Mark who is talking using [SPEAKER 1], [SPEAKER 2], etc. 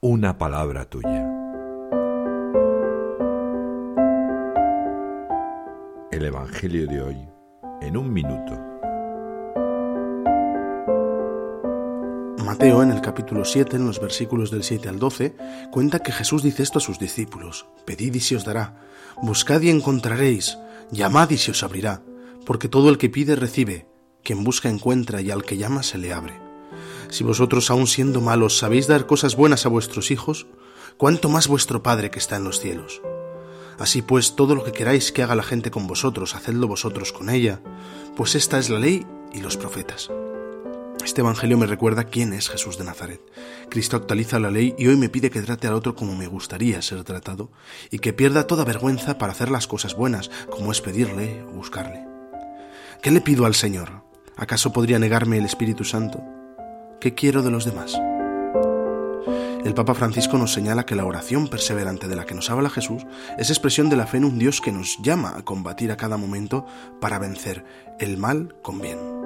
[SPEAKER 1] una palabra tuya. El Evangelio de hoy en un minuto.
[SPEAKER 2] Mateo, en el capítulo 7, en los versículos del 7 al 12, cuenta que Jesús dice esto a sus discípulos: «Pedid y se os dará, buscad y encontraréis, llamad y se os abrirá, porque todo el que pide recibe, quien busca encuentra y al que llama se le abre. Si vosotros, aun siendo malos, sabéis dar cosas buenas a vuestros hijos, ¿cuánto más vuestro Padre que está en los cielos? Así pues, todo lo que queráis que haga la gente con vosotros, hacedlo vosotros con ella, pues esta es la ley y los profetas». Este evangelio me recuerda quién es Jesús de Nazaret. Cristo actualiza la ley y hoy me pide que trate al otro como me gustaría ser tratado y que pierda toda vergüenza para hacer las cosas buenas, como es pedirle o buscarle. ¿Qué le pido al Señor? ¿Acaso podría negarme el Espíritu Santo? ¿Qué quiero de los demás? El Papa Francisco nos señala que la oración perseverante de la que nos habla Jesús es expresión de la fe en un Dios que nos llama a combatir a cada momento para vencer el mal con bien.